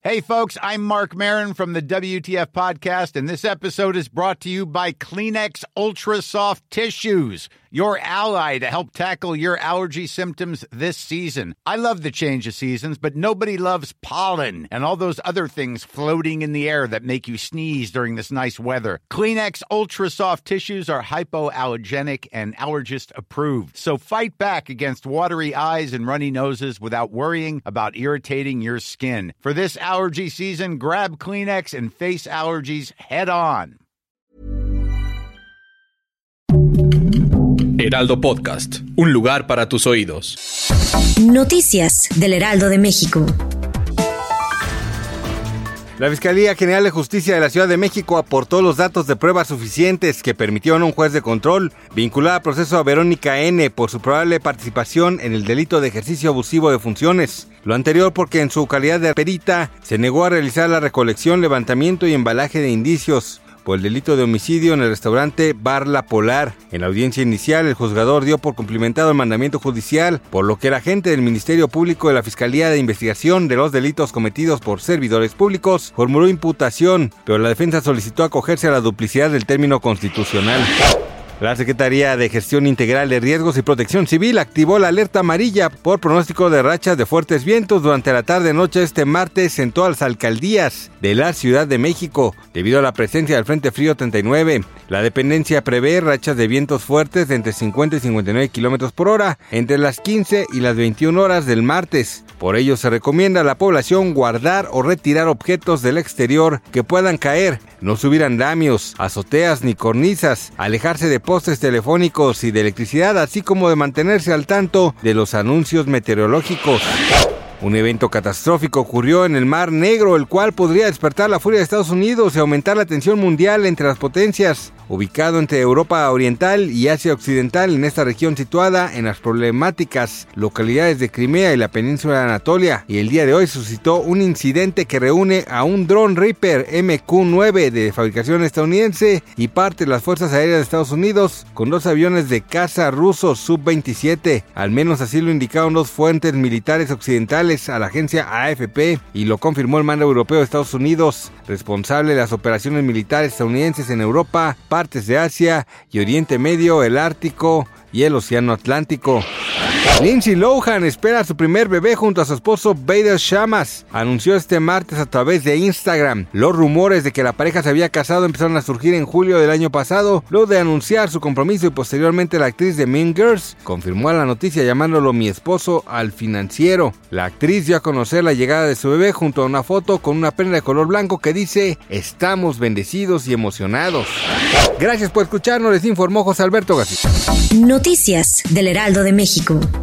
Hey, folks, I'm Mark Maron from the WTF Podcast, and this episode is brought to you by Kleenex Ultra Soft Tissues, your ally to help tackle your allergy symptoms this season. I love the change of seasons, but nobody loves pollen and all those other things floating in the air that make you sneeze during this nice weather. Kleenex Ultra Soft Tissues are hypoallergenic and allergist approved, so fight back against watery eyes and runny noses without worrying about irritating your skin. For this allergy season, grab Kleenex and face allergies head on. Heraldo Podcast, un lugar para tus oídos. Noticias del Heraldo de México. La Fiscalía General de Justicia de la Ciudad de México aportó los datos de pruebas suficientes que permitieron a un juez de control vincular a proceso a Verónica N. por su probable participación en el delito de ejercicio abusivo de funciones. Lo anterior porque en su calidad de perita se negó a realizar la recolección, levantamiento y embalaje de indicios por el delito de homicidio en el restaurante Bar La Polar. En la audiencia inicial, el juzgador dio por cumplimentado el mandamiento judicial, por lo que el agente del Ministerio Público de la Fiscalía de Investigación de los Delitos Cometidos por Servidores Públicos formuló imputación, pero la defensa solicitó acogerse a la duplicidad del término constitucional. La Secretaría de Gestión Integral de Riesgos y Protección Civil activó la alerta amarilla por pronóstico de rachas de fuertes vientos durante la tarde-noche este martes en todas las alcaldías de la Ciudad de México, debido a la presencia del Frente Frío 39. La dependencia prevé rachas de vientos fuertes de entre 50 y 59 kilómetros por hora entre las 15 y las 21 horas del martes. Por ello se recomienda a la población guardar o retirar objetos del exterior que puedan caer, no subir andamios, azoteas ni cornisas, alejarse de postes telefónicos y de electricidad, así como de mantenerse al tanto de los anuncios meteorológicos. Un evento catastrófico ocurrió en el Mar Negro, el cual podría despertar la furia de Estados Unidos y aumentar la tensión mundial entre las potencias. Ubicado entre Europa Oriental y Asia Occidental, en esta región situada en las problemáticas localidades de Crimea y la península de Anatolia, y el día de hoy suscitó un incidente que reúne a un dron Reaper MQ-9 de fabricación estadounidense y parte de las Fuerzas Aéreas de Estados Unidos con dos aviones de caza rusos Sub-27. Al menos así lo indicaron dos fuentes militares occidentales a la agencia AFP y lo confirmó el mando europeo de Estados Unidos, responsable de las operaciones militares estadounidenses en Europa, partes de Asia y Oriente Medio, el Ártico y el Océano Atlántico. Lindsay Lohan espera a su primer bebé junto a su esposo Bader Shammas, anunció este martes a través de Instagram. Los rumores de que la pareja se había casado empezaron a surgir en julio del año pasado, luego de anunciar su compromiso, y posteriormente la actriz de Mean Girls confirmó la noticia llamándolo mi esposo al financiero. La actriz dio a conocer la llegada de su bebé junto a una foto con una prenda de color blanco que dice: estamos bendecidos y emocionados. Gracias por escucharnos, les informó José Alberto García. Noticias del Heraldo de México.